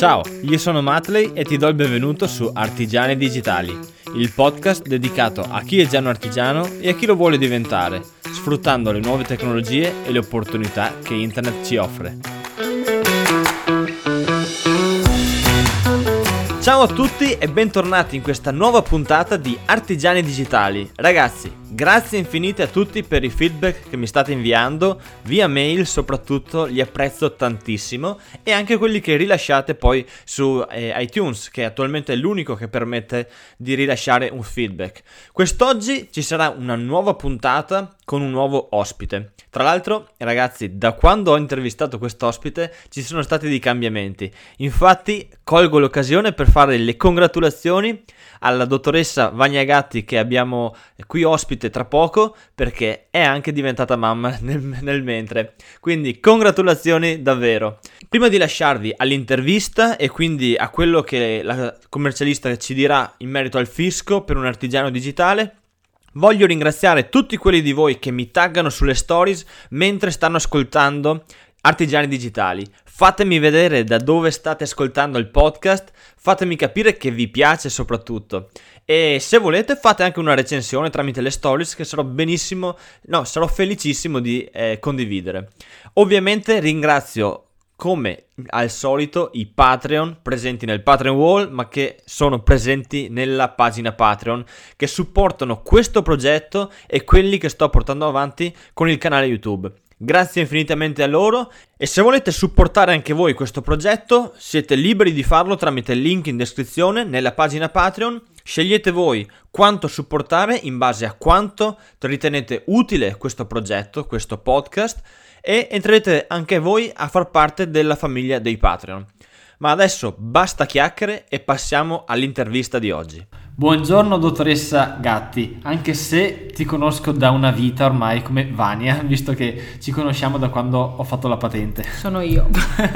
Ciao, io sono Matley e ti do il benvenuto su Artigiani Digitali, il podcast dedicato a chi è già un artigiano e a chi lo vuole diventare, sfruttando le nuove tecnologie e le opportunità che internet ci offre. Ciao a tutti e bentornati in questa nuova puntata di Artigiani Digitali. Ragazzi, grazie infinite a tutti per i feedback che mi state inviando, via mail soprattutto, li apprezzo tantissimo, e anche quelli che rilasciate poi su iTunes, che attualmente è l'unico che permette di rilasciare un feedback. Quest'oggi ci sarà una nuova puntata con un nuovo ospite. Tra l'altro, ragazzi, da quando ho intervistato quest'ospite ci sono stati dei cambiamenti. Infatti, colgo l'occasione per fare le congratulazioni alla dottoressa Vania Gatti, che abbiamo qui ospite tra poco, perché è anche diventata mamma nel mentre. Quindi congratulazioni davvero. Prima di lasciarvi all'intervista e quindi a quello che la commercialista ci dirà in merito al fisco per un artigiano digitale, voglio ringraziare tutti quelli di voi che mi taggano sulle stories mentre stanno ascoltando Artigiani Digitali. Fatemi vedere da dove state ascoltando il podcast, fatemi capire che vi piace soprattutto, e se volete fate anche una recensione tramite le stories, che sarò felicissimo di condividere. Ovviamente ringrazio come al solito i Patreon presenti nel Patreon Wall, ma che sono presenti nella pagina Patreon, che supportano questo progetto e quelli che sto portando avanti con il canale YouTube. Grazie infinitamente a loro, e se volete supportare anche voi questo progetto siete liberi di farlo tramite il link in descrizione nella pagina Patreon. Scegliete voi quanto supportare in base a quanto ritenete utile questo progetto, questo podcast, e entrerete anche voi a far parte della famiglia dei Patreon. Ma adesso basta chiacchiere e passiamo all'intervista di oggi. Buongiorno dottoressa Gatti, anche se ti conosco da una vita ormai come Vania, visto che ci conosciamo da quando ho fatto la patente. Sono io.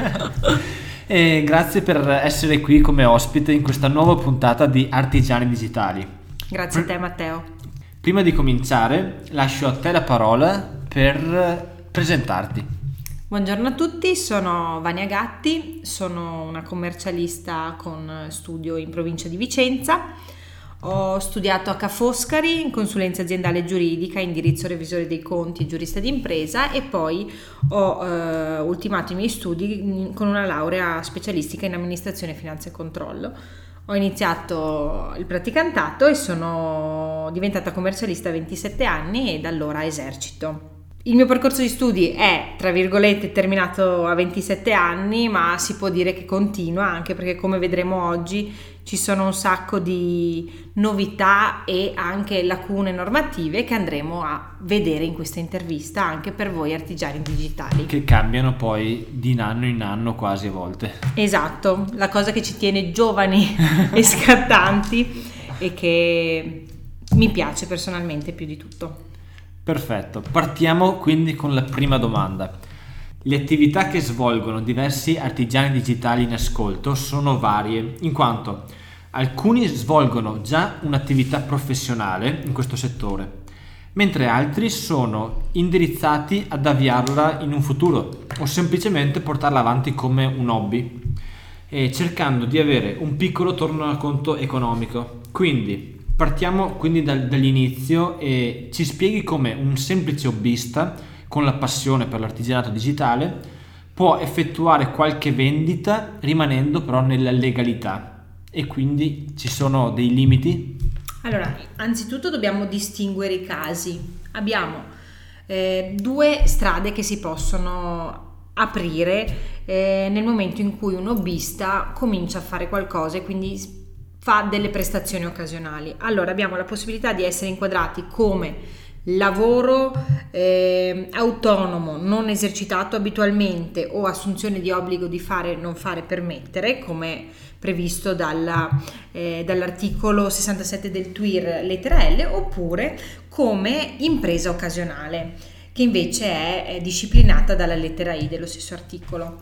E grazie per essere qui come ospite in questa nuova puntata di Artigiani Digitali. Grazie a te, Matteo. Prima di cominciare lascio a te la parola per presentarti. Buongiorno a tutti, sono Vania Gatti, sono una commercialista con studio in provincia di Vicenza. Ho studiato a Ca' Foscari in consulenza aziendale giuridica, indirizzo revisore dei conti e giurista d'impresa, e poi ho ultimato i miei studi con una laurea specialistica in amministrazione, finanza e controllo. Ho iniziato il praticantato e sono diventata commercialista a 27 anni e da allora esercito. Il mio percorso di studi è, tra virgolette, terminato a 27 anni, ma si può dire che continua, anche perché, come vedremo oggi, ci sono un sacco di novità e anche lacune normative che andremo a vedere in questa intervista anche per voi artigiani digitali. Che cambiano poi di anno in anno quasi a volte. Esatto, la cosa che ci tiene giovani e scattanti e che mi piace personalmente più di tutto. Perfetto, partiamo quindi con la prima domanda. Le attività che svolgono diversi artigiani digitali in ascolto sono varie, in quanto alcuni svolgono già un'attività professionale in questo settore, mentre altri sono indirizzati ad avviarla in un futuro o semplicemente portarla avanti come un hobby, cercando di avere un piccolo tornaconto economico. Quindi partiamo quindi dall'inizio e ci spieghi come un semplice hobbista con la passione per l'artigianato digitale può effettuare qualche vendita rimanendo però nella legalità, e quindi ci sono dei limiti? Allora, anzitutto dobbiamo distinguere i casi. Abbiamo due strade che si possono aprire nel momento in cui un hobbista comincia a fare qualcosa e quindi fa delle prestazioni occasionali. Allora, abbiamo la possibilità di essere inquadrati come lavoro autonomo non esercitato abitualmente o assunzione di obbligo di fare non fare per mettere, come previsto dall'articolo 67 del TUIR lettera L, oppure come impresa occasionale, che invece è disciplinata dalla lettera I dello stesso articolo.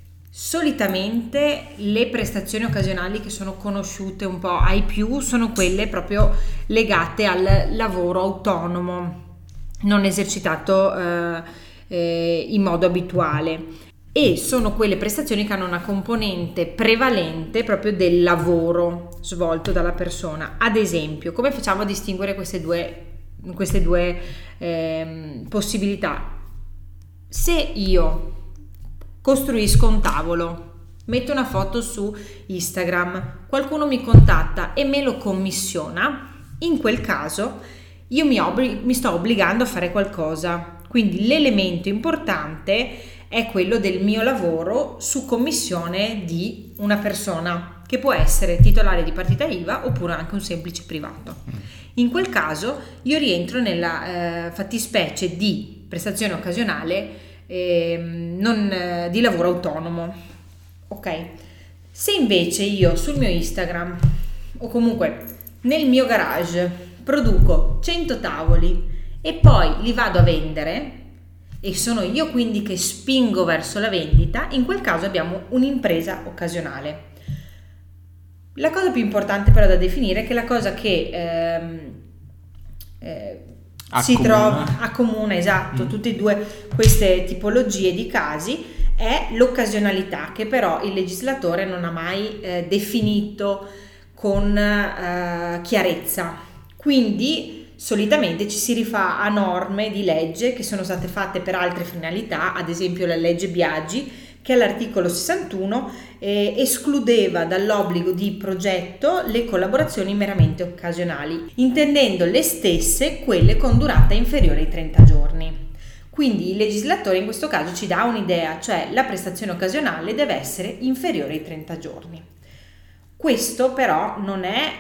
Solitamente le prestazioni occasionali che sono conosciute un po' ai più sono quelle proprio legate al lavoro autonomo non esercitato in modo abituale, e sono quelle prestazioni che hanno una componente prevalente proprio del lavoro svolto dalla persona. Ad esempio, come facciamo a distinguere queste due possibilità? Se io costruisco un tavolo, metto una foto su Instagram, qualcuno mi contatta e me lo commissiona, in quel caso io mi sto obbligando a fare qualcosa. Quindi l'elemento importante è quello del mio lavoro su commissione di una persona, che può essere titolare di partita IVA oppure anche un semplice privato. In quel caso io rientro nella fattispecie di prestazione occasionale di lavoro autonomo. Ok? Se invece io sul mio Instagram o comunque nel mio garage produco 100 tavoli e poi li vado a vendere e sono io quindi che spingo verso la vendita, in quel caso abbiamo un'impresa occasionale. La cosa più importante però da definire è che la cosa che si trova accomuna, esatto, tutte e due queste tipologie di casi è l'occasionalità, che però il legislatore non ha mai definito con chiarezza. Quindi solitamente ci si rifà a norme di legge che sono state fatte per altre finalità, ad esempio la legge Biagi, che all'articolo 61 escludeva dall'obbligo di progetto le collaborazioni meramente occasionali, intendendo le stesse quelle con durata inferiore ai 30 giorni. Quindi il legislatore in questo caso ci dà un'idea, cioè la prestazione occasionale deve essere inferiore ai 30 giorni. Questo però non è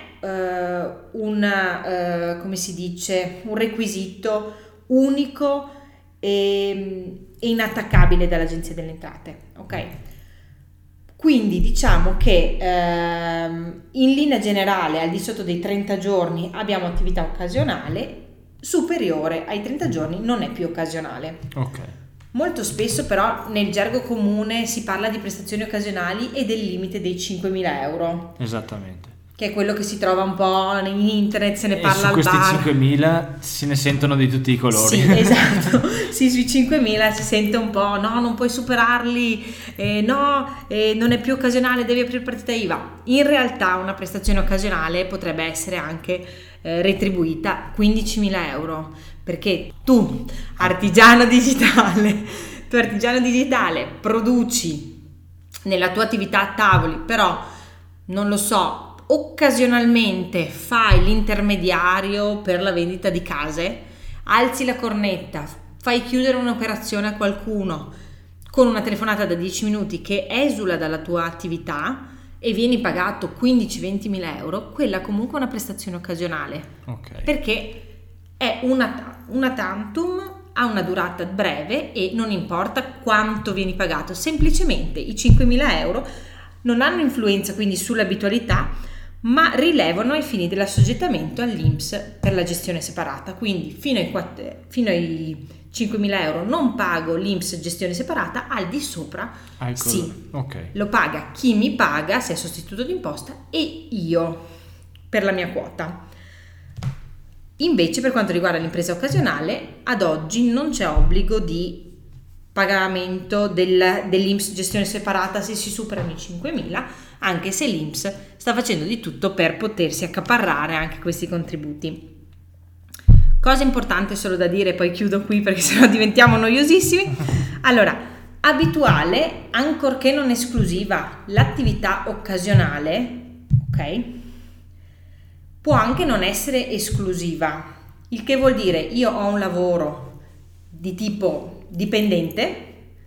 come si dice, un requisito unico e inattaccabile dall'Agenzia delle Entrate, ok? Quindi diciamo che in linea generale al di sotto dei 30 giorni abbiamo attività occasionale, superiore ai 30 giorni non è più occasionale. Ok. Molto spesso però nel gergo comune si parla di prestazioni occasionali e del limite dei 5.000 euro. Esattamente. Che è quello che si trova un po' in internet, se ne parla al bar. E su questi 5.000 se ne sentono di tutti i colori. Sì, esatto. Sì, sui 5.000 si sente un po', no, non puoi superarli, non è più occasionale, devi aprire partita IVA. In realtà una prestazione occasionale potrebbe essere anche retribuita 15.000 euro, perché tu, artigiano digitale, produci nella tua attività tavoli, però, non lo so, occasionalmente fai l'intermediario per la vendita di case, alzi la cornetta, fai chiudere un'operazione a qualcuno con una telefonata da 10 minuti che esula dalla tua attività e vieni pagato 15-20 mila euro, quella comunque è una prestazione occasionale. Okay. Perché è una tantum, ha una durata breve e non importa quanto vieni pagato, semplicemente i 5.000 euro non hanno influenza quindi sull'abitualità, ma rilevano ai fini dell'assoggettamento all'INPS per la gestione separata. Quindi fino ai 5.000 euro non pago l'INPS gestione separata, al di sopra sì, okay. Lo paga chi mi paga se è sostituto d'imposta e io per la mia quota. Invece per quanto riguarda l'impresa occasionale, ad oggi non c'è obbligo di pagamento dell'INPS gestione separata se si superano i 5.000, anche se l'INPS sta facendo di tutto per potersi accaparrare anche questi contributi. Cosa importante solo da dire, poi chiudo qui perché sennò diventiamo noiosissimi. Allora, abituale, ancorché non esclusiva, l'attività occasionale, ok? Può anche non essere esclusiva, il che vuol dire io ho un lavoro di tipo dipendente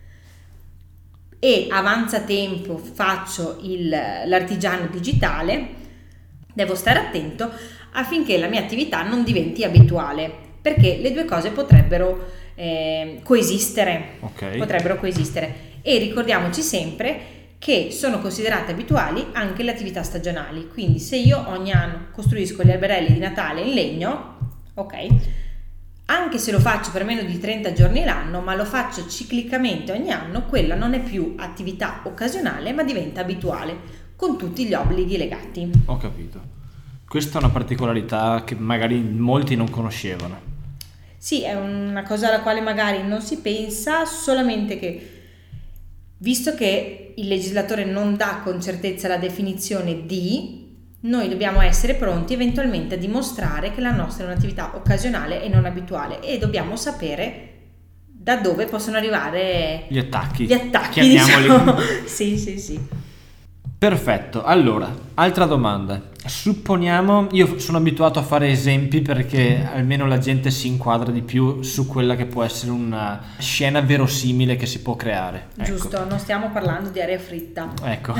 e avanza tempo faccio l'artigiano digitale, devo stare attento affinché la mia attività non diventi abituale, perché le due cose potrebbero coesistere. Okay. Potrebbero coesistere. E ricordiamoci sempre che sono considerate abituali anche le attività stagionali. Quindi se io ogni anno costruisco gli alberelli di Natale in legno, ok, anche se lo faccio per meno di 30 giorni l'anno, ma lo faccio ciclicamente ogni anno, quella non è più attività occasionale, ma diventa abituale, con tutti gli obblighi legati. Ho capito. Questa è una particolarità che magari molti non conoscevano. Sì, è una cosa alla quale magari non si pensa, solamente che Visto che il legislatore non dà con certezza la definizione di, noi dobbiamo essere pronti eventualmente a dimostrare che la nostra è un'attività occasionale e non abituale, e dobbiamo sapere da dove possono arrivare gli attacchi, chiamiamoli. Diciamo. Sì. Perfetto, allora, altra domanda. Supponiamo, io sono abituato a fare esempi perché almeno la gente si inquadra di più su quella che può essere una scena verosimile che si può creare. Giusto, ecco. Non stiamo parlando di aria fritta. Ecco.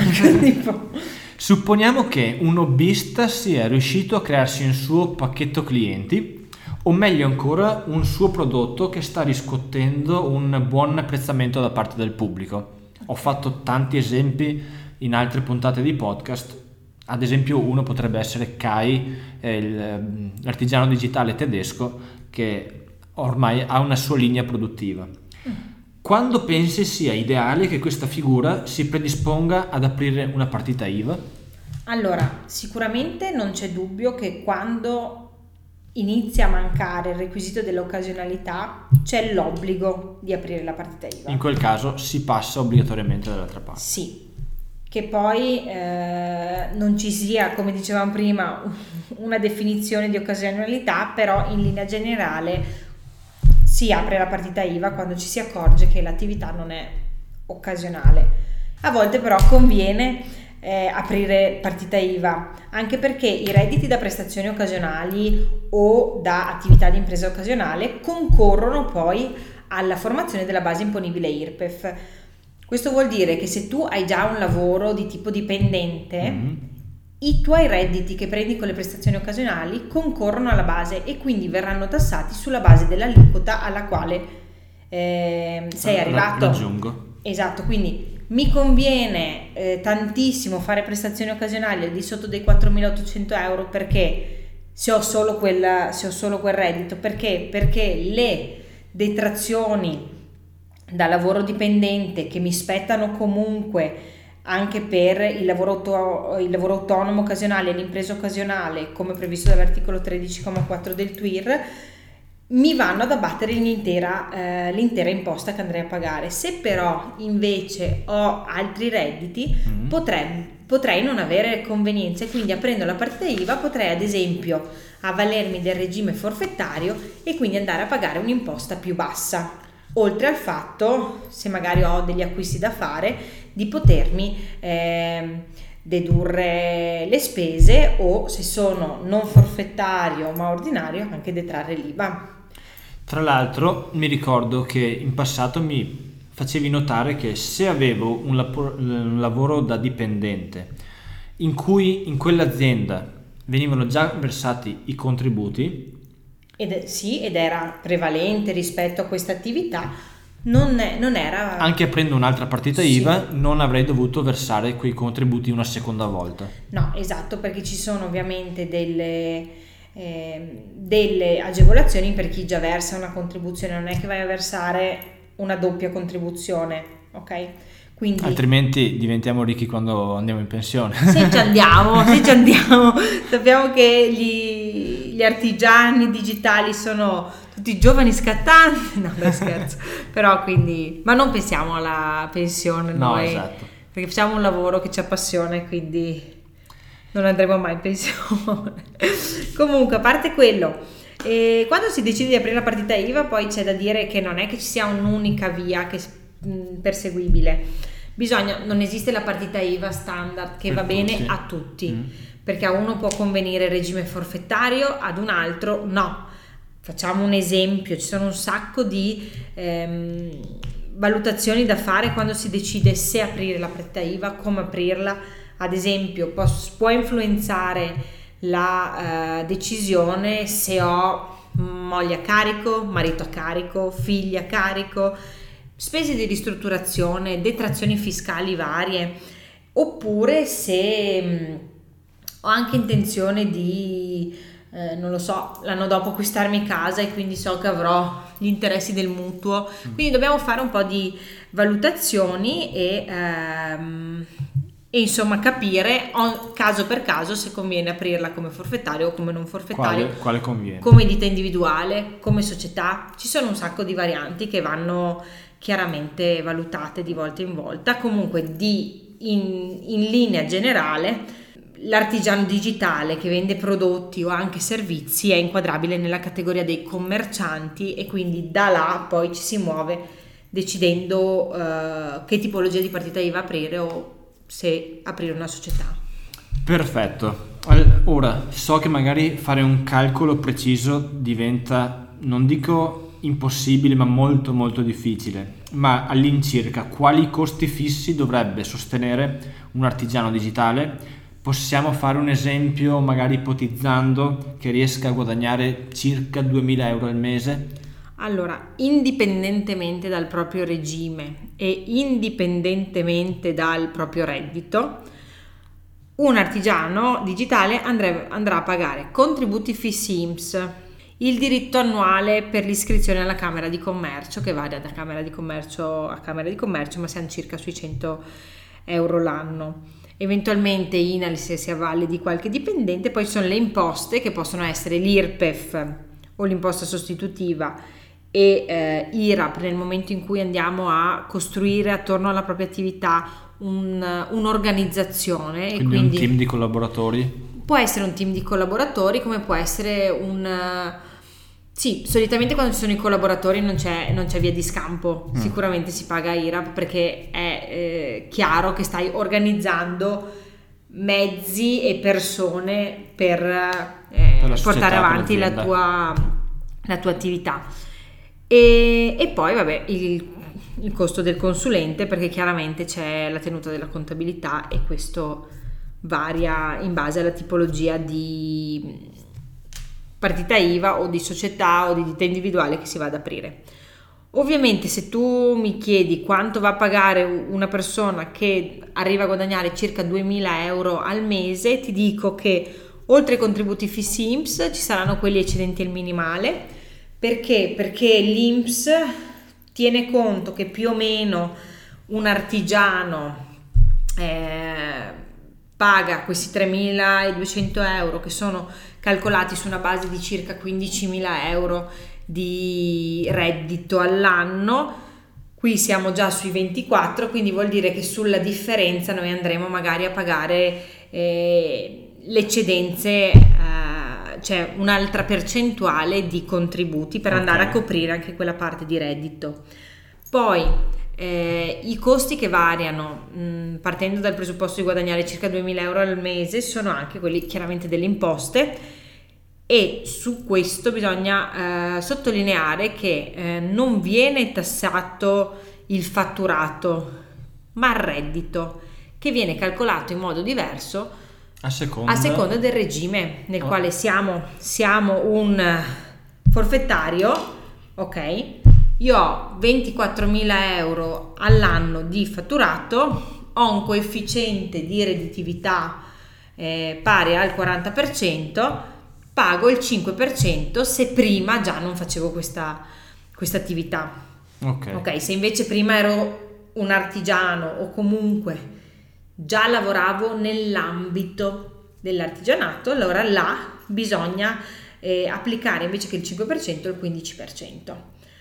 Supponiamo che un hobbista sia riuscito a crearsi un suo pacchetto clienti, o meglio ancora un suo prodotto che sta riscuotendo un buon apprezzamento da parte del pubblico. Ho fatto tanti esempi in altre puntate di podcast, ad esempio uno potrebbe essere Kai, l'artigiano digitale tedesco che ormai ha una sua linea produttiva. Quando pensi sia ideale che questa figura si predisponga ad aprire una partita IVA? Allora, sicuramente non c'è dubbio che quando inizia a mancare il requisito dell'occasionalità c'è l'obbligo di aprire la partita IVA. In quel caso si passa obbligatoriamente dall'altra parte. Sì. Che poi non ci sia, come dicevamo prima, una definizione di occasionalità, però in linea generale si apre la partita IVA quando ci si accorge che l'attività non è occasionale. A volte però conviene aprire partita IVA, anche perché i redditi da prestazioni occasionali o da attività di impresa occasionale concorrono poi alla formazione della base imponibile IRPEF. Questo vuol dire che se tu hai già un lavoro di tipo dipendente, i tuoi redditi che prendi con le prestazioni occasionali concorrono alla base e quindi verranno tassati sulla base dell'aliquota alla quale sei arrivato. Raggiungo. Esatto, quindi mi conviene tantissimo fare prestazioni occasionali al di sotto dei 4.800 euro perché se ho solo quel reddito, perché le detrazioni da lavoro dipendente che mi spettano comunque anche per il lavoro autonomo occasionale e l'impresa occasionale, come previsto dall'articolo 13,4 del TUIR, mi vanno ad abbattere l'intera imposta che andrei a pagare. Se però invece ho altri redditi, potrei non avere convenienza e quindi aprendo la partita IVA potrei ad esempio avvalermi del regime forfettario e quindi andare a pagare un'imposta più bassa. Oltre al fatto, se magari ho degli acquisti da fare, di potermi dedurre le spese o, se sono non forfettario ma ordinario, anche detrarre l'IVA. Tra l'altro mi ricordo che in passato mi facevi notare che se avevo un lavoro da dipendente in cui in quell'azienda venivano già versati i contributi, ed era prevalente rispetto a questa attività, non era... Anche aprendo un'altra partita IVA non avrei dovuto versare quei contributi una seconda volta. No, esatto, perché ci sono ovviamente delle agevolazioni per chi già versa una contribuzione, non è che vai a versare una doppia contribuzione, ok? Quindi, altrimenti diventiamo ricchi quando andiamo in pensione. Se ci andiamo, sappiamo che gli artigiani digitali sono tutti giovani scattanti, no, scherzo, però quindi, ma non pensiamo alla pensione noi, esatto, perché facciamo un lavoro che ci appassiona e quindi non andremo mai in pensione. Comunque, a parte quello, quando si decide di aprire la partita IVA poi c'è da dire che non è che ci sia un'unica via perseguibile. Non esiste la partita IVA standard che va bene a tutti, perché a uno può convenire il regime forfettario, ad un altro no. Facciamo un esempio: ci sono un sacco di valutazioni da fare quando si decide se aprire la partita IVA, come aprirla. Ad esempio può influenzare la decisione se ho moglie a carico, marito a carico, figli a carico, spese di ristrutturazione, detrazioni fiscali varie, oppure se ho anche intenzione di, non lo so, l'anno dopo acquistarmi casa e quindi so che avrò gli interessi del mutuo. Quindi dobbiamo fare un po' di valutazioni e insomma capire caso per caso se conviene aprirla come forfettario o come non forfettario, quale conviene, come ditta individuale, come società. Ci sono un sacco di varianti che vanno chiaramente valutate di volta in volta. Comunque in linea generale l'artigiano digitale che vende prodotti o anche servizi è inquadrabile nella categoria dei commercianti, e quindi da là poi ci si muove decidendo che tipologia di partita IVA aprire o se aprire una società. Perfetto. Ora, so che magari fare un calcolo preciso diventa, non dico impossibile, ma molto molto difficile, ma all'incirca quali costi fissi dovrebbe sostenere un artigiano digitale? Possiamo fare un esempio, magari ipotizzando che riesca a guadagnare circa 2.000 euro al mese? Allora, indipendentemente dal proprio regime e indipendentemente dal proprio reddito, un artigiano digitale andrà a pagare contributi fissi INPS, il diritto annuale per l'iscrizione alla Camera di Commercio, che varia da Camera di Commercio a Camera di Commercio, ma siamo circa sui 100 euro l'anno. Eventualmente INALIS se si avvale di qualche dipendente. Poi ci sono le imposte, che possono essere l'IRPEF o l'imposta sostitutiva, e IRAP nel momento in cui andiamo a costruire attorno alla propria attività un'organizzazione. Quindi un team di collaboratori? Può essere un team di collaboratori, come può essere sì, solitamente quando ci sono i collaboratori non c'è via di scampo, sicuramente si paga IRAP, perché è chiaro che stai organizzando mezzi e persone per portare avanti la tua attività. E poi vabbè, il costo del consulente, perché chiaramente c'è la tenuta della contabilità e questo varia in base alla tipologia di partita IVA o di società o di ditta individuale che si va ad aprire. Ovviamente se tu mi chiedi quanto va a pagare una persona che arriva a guadagnare circa 2.000 euro al mese, ti dico che oltre ai contributi fissi INPS ci saranno quelli eccedenti il minimale. Perché? Perché l'INPS tiene conto che più o meno un artigiano paga questi 3.200 euro, che sono calcolati su una base di circa 15.000 euro di reddito all'anno. Qui siamo già sui 24, quindi vuol dire che sulla differenza noi andremo magari a pagare le eccedenze, cioè un'altra percentuale di contributi per andare a coprire anche quella parte di reddito. Poi i costi che variano, partendo dal presupposto di guadagnare circa 2.000 euro al mese, sono anche quelli chiaramente delle imposte, e su questo bisogna sottolineare che non viene tassato il fatturato, ma il reddito, che viene calcolato in modo diverso a seconda del regime nel quale siamo un forfettario, ok? Io ho 24.000 euro all'anno di fatturato, ho un coefficiente di redditività pari al 40%, pago il 5% se prima già non facevo questa attività. Ok, se invece prima ero un artigiano o comunque già lavoravo nell'ambito dell'artigianato, allora là bisogna applicare invece che il 5% il 15%.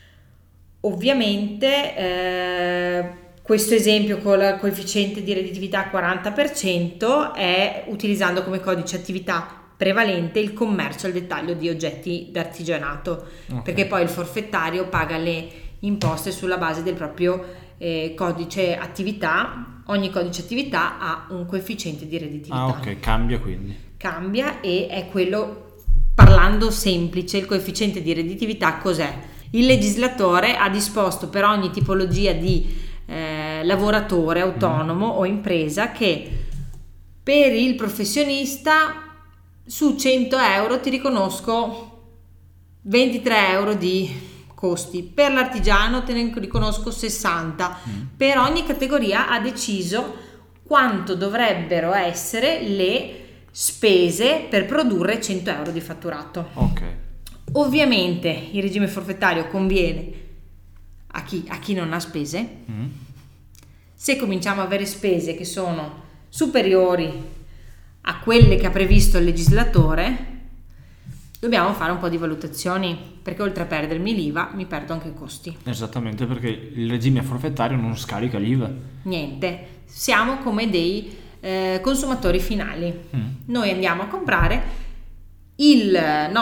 Ovviamente questo esempio con il coefficiente di redditività 40% è utilizzando come codice attività prevalente il commercio al dettaglio di oggetti d'artigianato, perché poi il forfettario paga le imposte sulla base del proprio codice attività. Ogni codice attività ha un coefficiente di redditività. Cambia, e è quello, parlando semplice, il coefficiente di redditività cos'è? Il legislatore ha disposto per ogni tipologia di lavoratore autonomo o impresa che per il professionista su 100 euro ti riconosco 23 euro di costi, per l'artigiano te ne riconosco 60. Per ogni categoria ha deciso quanto dovrebbero essere le spese per produrre 100 euro di fatturato. Ovviamente il regime forfettario conviene a chi non ha spese. Se cominciamo a avere spese che sono superiori a quelle che ha previsto il legislatore, dobbiamo fare un po' di valutazioni, perché oltre a perdermi l'IVA mi perdo anche i costi. Esattamente, perché il regime forfettario non scarica l'IVA. Niente, siamo come dei consumatori finali. Noi andiamo a comprare, il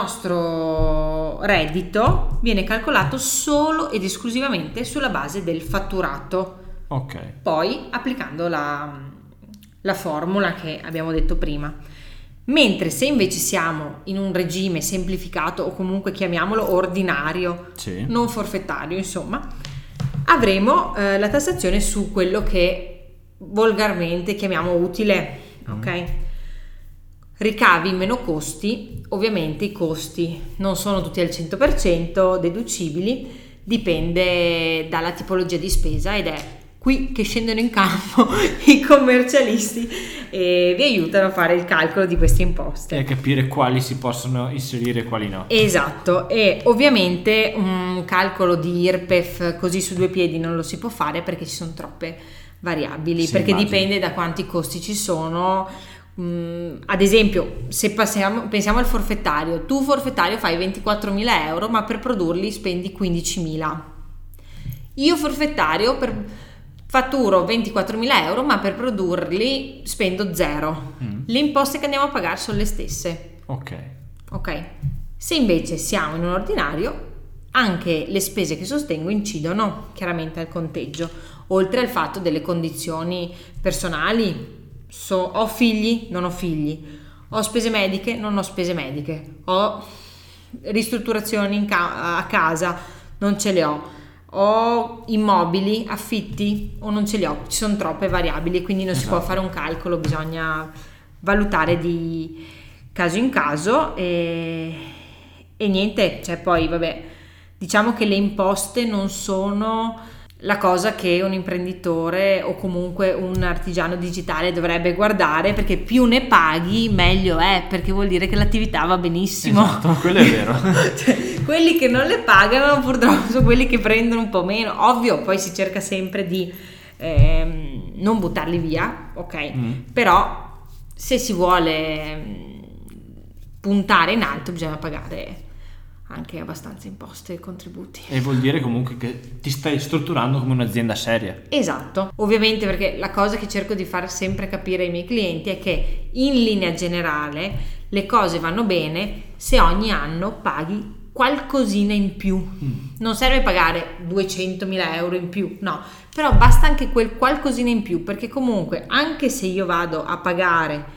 nostro reddito viene calcolato solo ed esclusivamente sulla base del fatturato. Ok. Poi applicando la formula che abbiamo detto prima. Mentre se invece siamo in un regime semplificato o comunque chiamiamolo ordinario, Sì. non forfettario, insomma, avremo la tassazione su quello che volgarmente chiamiamo utile, ok? Ricavi meno costi, ovviamente i costi non sono tutti al 100% deducibili, dipende dalla tipologia di spesa ed è qui che scendono in campo i commercialisti e vi aiutano a fare il calcolo di queste imposte. E capire quali si possono inserire e quali no. Esatto, e ovviamente un calcolo di IRPEF così su due piedi non lo si può fare perché ci sono troppe variabili, Sì, perché immagino. dipende da quanti costi ci sono. Ad esempio, se pensiamo al forfettario, tu forfettario fai 24.000 euro ma per produrli spendi 15.000. Io forfettario fatturo 24.000 euro ma per produrli spendo 0. Le imposte che andiamo a pagare sono le stesse. Ok. Se invece siamo in un ordinario, anche le spese che sostengo incidono chiaramente al conteggio, oltre al fatto delle condizioni personali. Ho figli, non ho figli, ho spese mediche, non ho spese mediche, ho ristrutturazioni a casa, non ce le ho immobili, affitti o non ce li ho, ci sono troppe variabili, quindi non si può fare un calcolo, bisogna valutare di caso in caso e niente, cioè poi vabbè, diciamo che le imposte non sono la cosa che un imprenditore o comunque un artigiano digitale dovrebbe guardare, perché più ne paghi meglio è, perché vuol dire che l'attività va benissimo. Esatto, quello è vero. Cioè, quelli che non le pagano purtroppo sono quelli che prendono un po' meno. Ovvio, poi si cerca sempre di non buttarli via, ok? Però se si vuole puntare in alto bisogna pagare anche abbastanza imposte e contributi. E vuol dire comunque che ti stai strutturando come un'azienda seria. Esatto, ovviamente, perché la cosa che cerco di far sempre capire ai miei clienti è che in linea generale le cose vanno bene se ogni anno paghi qualcosina in più. Non serve pagare 200.000 euro in più, no, però basta anche quel qualcosina in più, perché comunque anche se io vado a pagare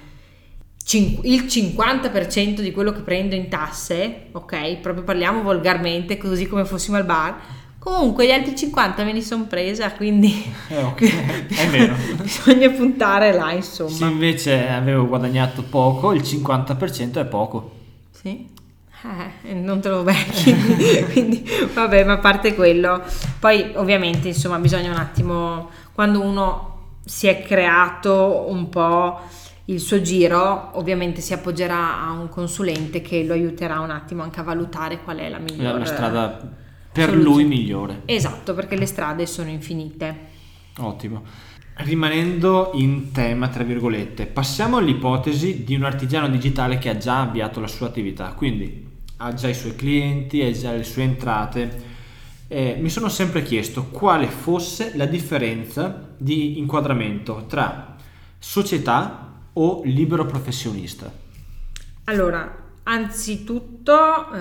il 50% di quello che prendo in tasse, ok, proprio parliamo volgarmente così come fossimo al bar, comunque gli altri 50 me li sono presa, quindi Ok, è vero. bisogna puntare là, insomma. Se invece avevo guadagnato poco, il 50% è poco. Sì, non te lo becchi, quindi vabbè, ma a parte quello, poi ovviamente insomma bisogna un attimo, quando uno si è creato un po' il suo giro, ovviamente si appoggerà a un consulente che lo aiuterà un attimo anche a valutare qual è la migliore La strada per soluzione. lui migliore. Esatto, perché le strade sono infinite. Ottimo. Rimanendo in tema, tra virgolette, passiamo all'ipotesi di un artigiano digitale che ha già avviato la sua attività, quindi ha già i suoi clienti, ha già le sue entrate. Mi sono sempre chiesto quale fosse la differenza di inquadramento tra società o libero professionista. Allora, anzitutto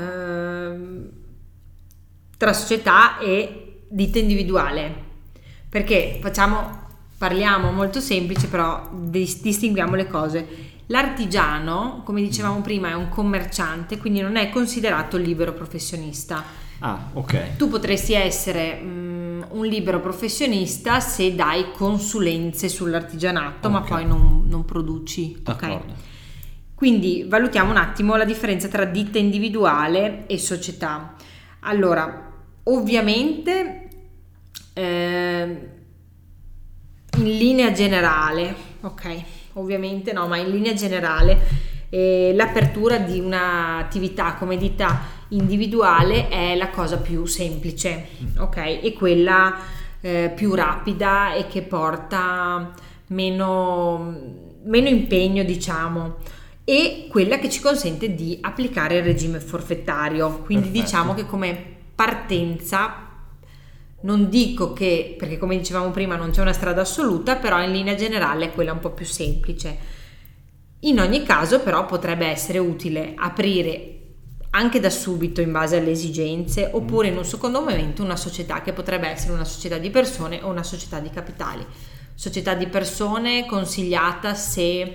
tra società e ditta individuale, perché parliamo molto semplice, però distinguiamo le cose. L'artigiano, come dicevamo prima, è un commerciante, quindi non è considerato libero professionista. Ah, ok. Tu potresti essere un libero professionista se dai consulenze sull'artigianato, Ok. ma poi non produci. D'accordo. Ok? Quindi valutiamo un attimo la differenza tra ditta individuale e società. Allora, ovviamente in linea generale, ok? Ovviamente no, ma in linea generale l'apertura di un'attività come ditta individuale è la cosa più semplice, ok? E quella più rapida e che porta meno impegno, diciamo. e quella che ci consente di applicare il regime forfettario. Quindi Perfetto. diciamo che come partenza, non dico che, perché come dicevamo prima non c'è una strada assoluta, però in linea generale è quella un po' più semplice. In ogni caso però potrebbe essere utile aprire anche da subito in base alle esigenze, oppure in un secondo momento una società che potrebbe essere una società di persone o una società di capitali. Società di persone consigliata se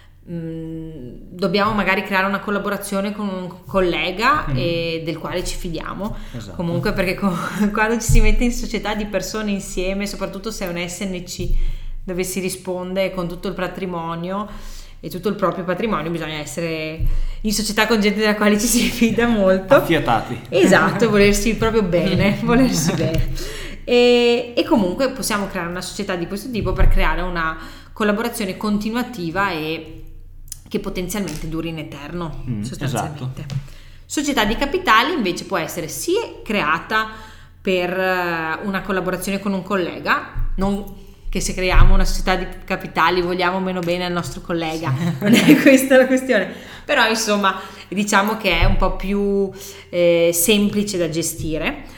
dobbiamo magari creare una collaborazione con un collega del quale ci fidiamo. Esatto. Comunque, perché quando ci si mette in società di persone insieme, soprattutto se è un SNC dove si risponde con tutto il patrimonio e tutto il proprio patrimonio, bisogna essere in società con gente della quale ci si fida molto, Affiatati. esatto, volersi proprio bene, volersi bene. E comunque possiamo creare una società di questo tipo per creare una collaborazione continuativa e che potenzialmente duri in eterno, sostanzialmente. Esatto. Società di capitali invece può essere sia creata per una collaborazione con un collega, non che se creiamo una società di capitali vogliamo meno bene al nostro collega, non è questa la questione, però insomma diciamo che è un po' più semplice da gestire.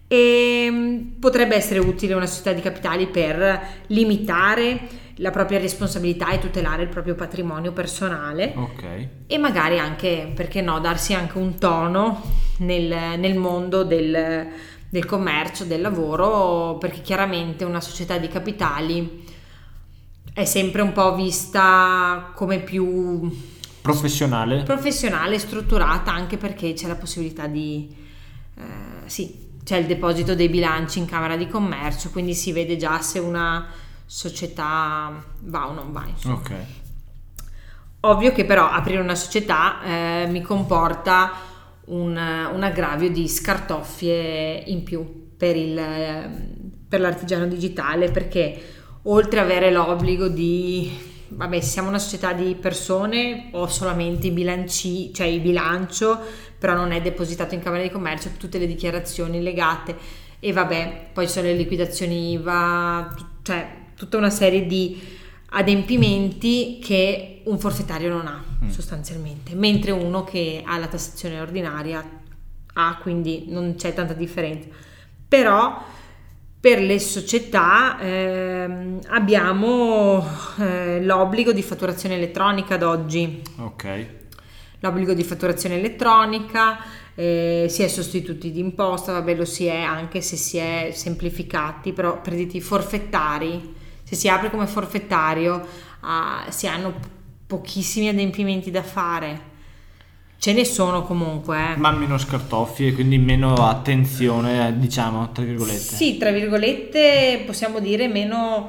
E potrebbe essere utile una società di capitali per limitare la propria responsabilità e tutelare il proprio patrimonio personale, Ok. e magari anche, perché no, darsi anche un tono nel mondo del commercio, del lavoro, perché chiaramente una società di capitali è sempre un po' vista come più Professionale. strutturata, anche perché c'è la possibilità di c'è il deposito dei bilanci in Camera di Commercio, quindi si vede già se una società va o non va, insomma. Ok. Ovvio che però aprire una società mi comporta un aggravio di scartoffie in più per l'artigiano digitale, perché oltre ad avere l'obbligo di, vabbè, se siamo una società di persone ho solamente i bilanci, cioè il bilancio, però non è depositato in Camera di Commercio, tutte le dichiarazioni legate, e vabbè, poi sono le liquidazioni IVA, cioè tutta una serie di adempimenti che un forfettario non ha sostanzialmente, mentre uno che ha la tassazione ordinaria ha, quindi non c'è tanta differenza. Però per le società abbiamo l'obbligo di fatturazione elettronica ad oggi. Ok. L'obbligo di fatturazione elettronica, si è sostituti d'imposta, vabbè, lo si è anche se si è semplificati, però per dirti forfettari, se si apre come forfettario si hanno pochissimi adempimenti da fare, ce ne sono comunque. Ma meno scartoffie, quindi meno attenzione, diciamo, tra virgolette. Sì, tra virgolette possiamo dire meno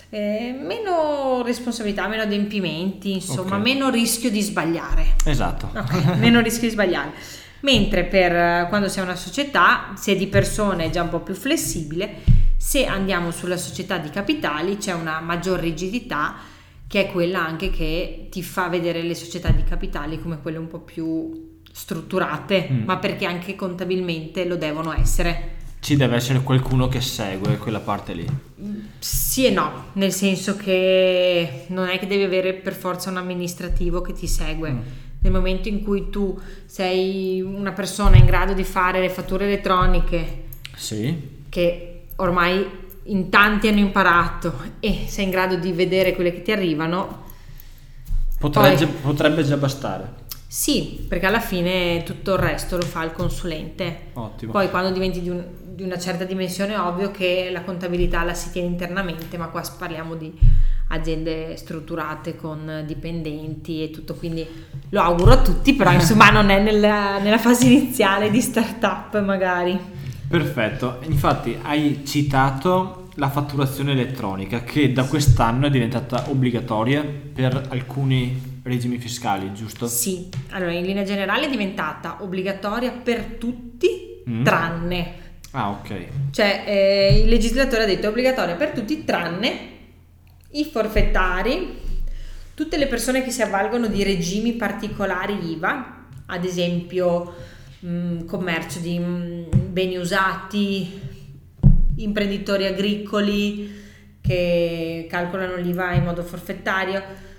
responsabilità, meno adempimenti, insomma, Ok. meno rischio di sbagliare. Esatto. Ok, meno rischio di sbagliare. Mentre per quando si è una società, se di persone è già un po' più flessibile, se andiamo sulla società di capitali c'è una maggior rigidità, che è quella anche che ti fa vedere le società di capitali come quelle un po' più strutturate, ma perché anche contabilmente lo devono essere. Ci deve essere qualcuno che segue quella parte lì. Sì e no, nel senso che non è che devi avere per forza un amministrativo che ti segue. Nel momento in cui tu sei una persona in grado di fare le fatture elettroniche, Sì. che ormai in tanti hanno imparato, e sei in grado di vedere quelle che ti arrivano, Potrebbe già bastare. sì, perché alla fine tutto il resto lo fa il consulente. Ottimo. Poi quando diventi di una certa dimensione è ovvio che la contabilità la si tiene internamente, ma qua parliamo di aziende strutturate con dipendenti e tutto, quindi lo auguro a tutti, però insomma non è nella fase iniziale di startup magari. Perfetto. Infatti hai citato la fatturazione elettronica, che da quest'anno è diventata obbligatoria per alcuni regimi fiscali, giusto? Sì, allora in linea generale è diventata obbligatoria per tutti tranne, Ah, ok. cioè il legislatore ha detto è obbligatoria per tutti tranne i forfettari, tutte le persone che si avvalgono di regimi particolari IVA, ad esempio commercio di beni usati, imprenditori agricoli che calcolano l'IVA in modo forfettario,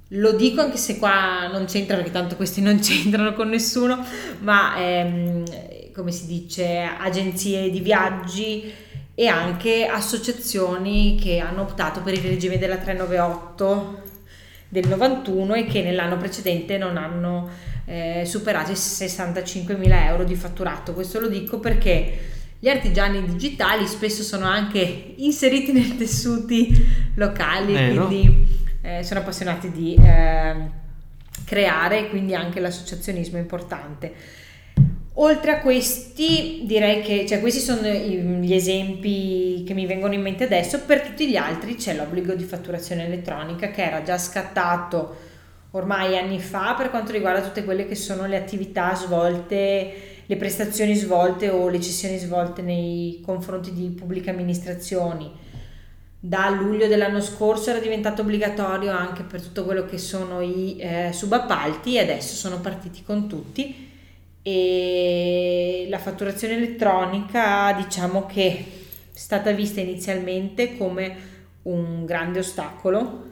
Lo dico anche se qua non c'entra, perché tanto questi non c'entrano con nessuno, ma come si dice, agenzie di viaggi e anche associazioni che hanno optato per il regime della 398 del 91 e che nell'anno precedente non hanno superato i 65.000 euro di fatturato. Questo lo dico perché gli artigiani digitali spesso sono anche inseriti nei tessuti locali, quindi sono appassionati di creare, quindi anche l'associazionismo è importante. Oltre a questi, direi che questi sono gli esempi che mi vengono in mente adesso. Per tutti gli altri c'è l'obbligo di fatturazione elettronica, che era già scattato ormai anni fa per quanto riguarda tutte quelle che sono le attività svolte, le prestazioni svolte o le cessioni svolte nei confronti di pubbliche amministrazioni. Da luglio dell'anno scorso era diventato obbligatorio anche per tutto quello che sono i subappalti, e adesso sono partiti con tutti. E la fatturazione elettronica, diciamo che è stata vista inizialmente come un grande ostacolo,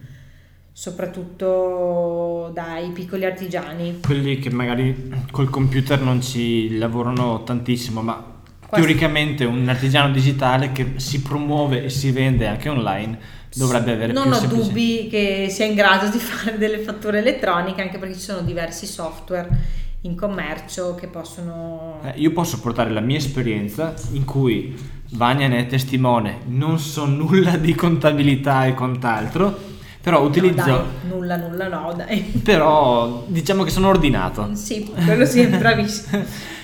soprattutto dai piccoli artigiani, quelli che magari col computer non ci lavorano tantissimo, ma teoricamente un artigiano digitale che si promuove e si vende anche online dovrebbe avere non ho dubbi che sia in grado di fare delle fatture elettroniche, anche perché ci sono diversi software in commercio che possono... Io posso portare la mia esperienza, in cui Vania ne è testimone, non so nulla di contabilità e quant'altro, però utilizzo... No, dai. Però diciamo che sono ordinato. Sì, quello sì, bravissimo.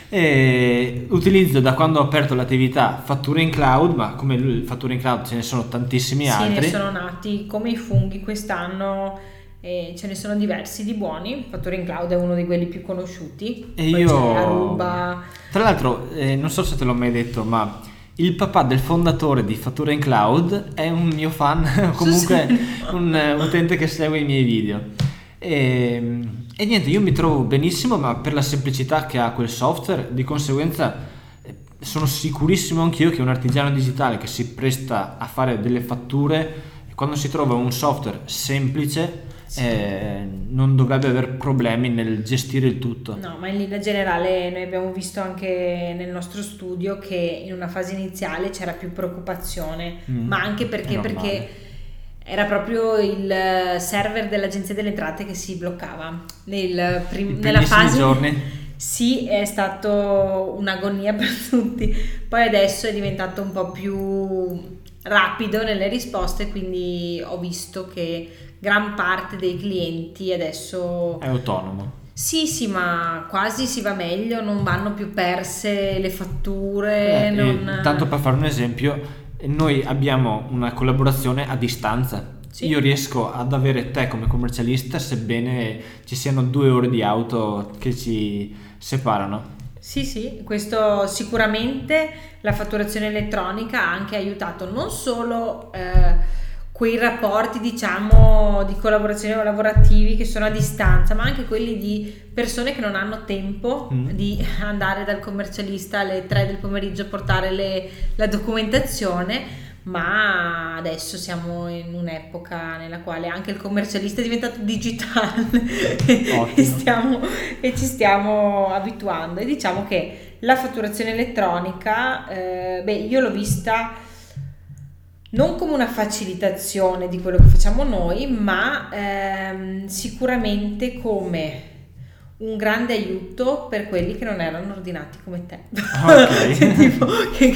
E utilizzo, da quando ho aperto l'attività, fatture in cloud, ma come fatture in cloud ce ne sono tantissimi altri. Sì, ne sono nati come i funghi quest'anno. E ce ne sono diversi di buoni. Fatture in cloud è uno di quelli più conosciuti. E poi io c'è Aruba. Tra l'altro non so se te l'ho mai detto, ma il papà del fondatore di Fatture in Cloud è un mio fan, comunque un utente che segue i miei video. E niente, io mi trovo benissimo, ma per la semplicità che ha quel software, di conseguenza sono sicurissimo anch'io che un artigiano digitale che si presta a fare delle fatture, quando si trova un software semplice, non dovrebbe avere problemi nel gestire il tutto. No, ma in linea generale noi abbiamo visto anche nel nostro studio che in una fase iniziale c'era più preoccupazione, ma anche perché era proprio il server dell'Agenzia delle Entrate che si bloccava nella fase giorni. Sì, è stato un'agonia per tutti. Poi adesso è diventato un po' più rapido nelle risposte, quindi ho visto che gran parte dei clienti adesso è autonomo. Sì, ma quasi si va meglio, non vanno più perse le fatture. Tanto per fare un esempio, noi abbiamo una collaborazione a distanza. Sì. Io riesco ad avere te come commercialista sebbene ci siano 2 ore di auto che ci separano. Sì, questo sicuramente. La fatturazione elettronica ha anche aiutato non solo quei rapporti, diciamo, di collaborazione lavorativi che sono a distanza, ma anche quelli di persone che non hanno tempo di andare dal commercialista alle 3 del pomeriggio a portare la documentazione. Ma adesso siamo in un'epoca nella quale anche il commercialista è diventato digitale e ci stiamo abituando, e diciamo che la fatturazione elettronica io l'ho vista non come una facilitazione di quello che facciamo noi, ma sicuramente come un grande aiuto per quelli che non erano ordinati come te. Okay. Tipo,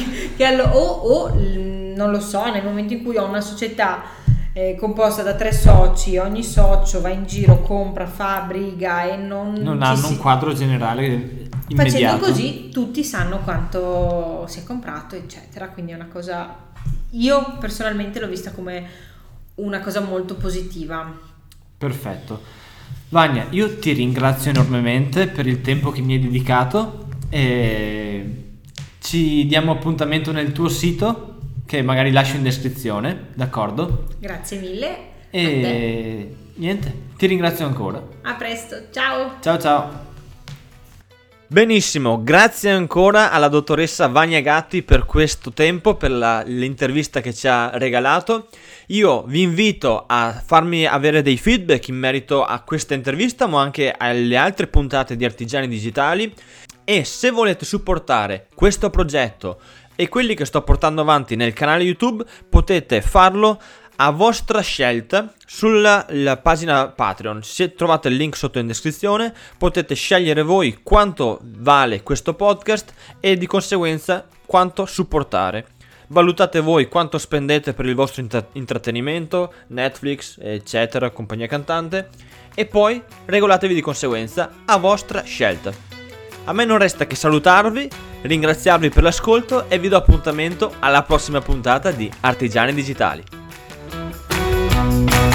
non lo so, nel momento in cui ho una società composta da 3 soci, ogni socio va in giro, compra, fa, briga e non hanno un quadro generale immediato. Facendo così tutti sanno quanto si è comprato, eccetera. Quindi è una cosa, io personalmente l'ho vista come una cosa molto positiva. Perfetto. Vania, io ti ringrazio enormemente per il tempo che mi hai dedicato e ci diamo appuntamento nel tuo sito, che magari lascio in descrizione, d'accordo? Grazie mille. E niente, ti ringrazio ancora. A presto, ciao. Ciao. Benissimo, grazie ancora alla dottoressa Vania Gatti per questo tempo, per l'intervista che ci ha regalato. Io vi invito a farmi avere dei feedback in merito a questa intervista, ma anche alle altre puntate di Artigiani Digitali. E se volete supportare questo progetto e quelli che sto portando avanti nel canale YouTube, potete farlo a vostra scelta sulla pagina Patreon. Se trovate il link sotto in descrizione, potete scegliere voi quanto vale questo podcast e di conseguenza quanto supportare. Valutate voi quanto spendete per il vostro intrattenimento, Netflix, eccetera, compagnia cantante, e poi regolatevi di conseguenza a vostra scelta. A me non resta che salutarvi, ringraziarvi per l'ascolto e vi do appuntamento alla prossima puntata di Artigiani Digitali.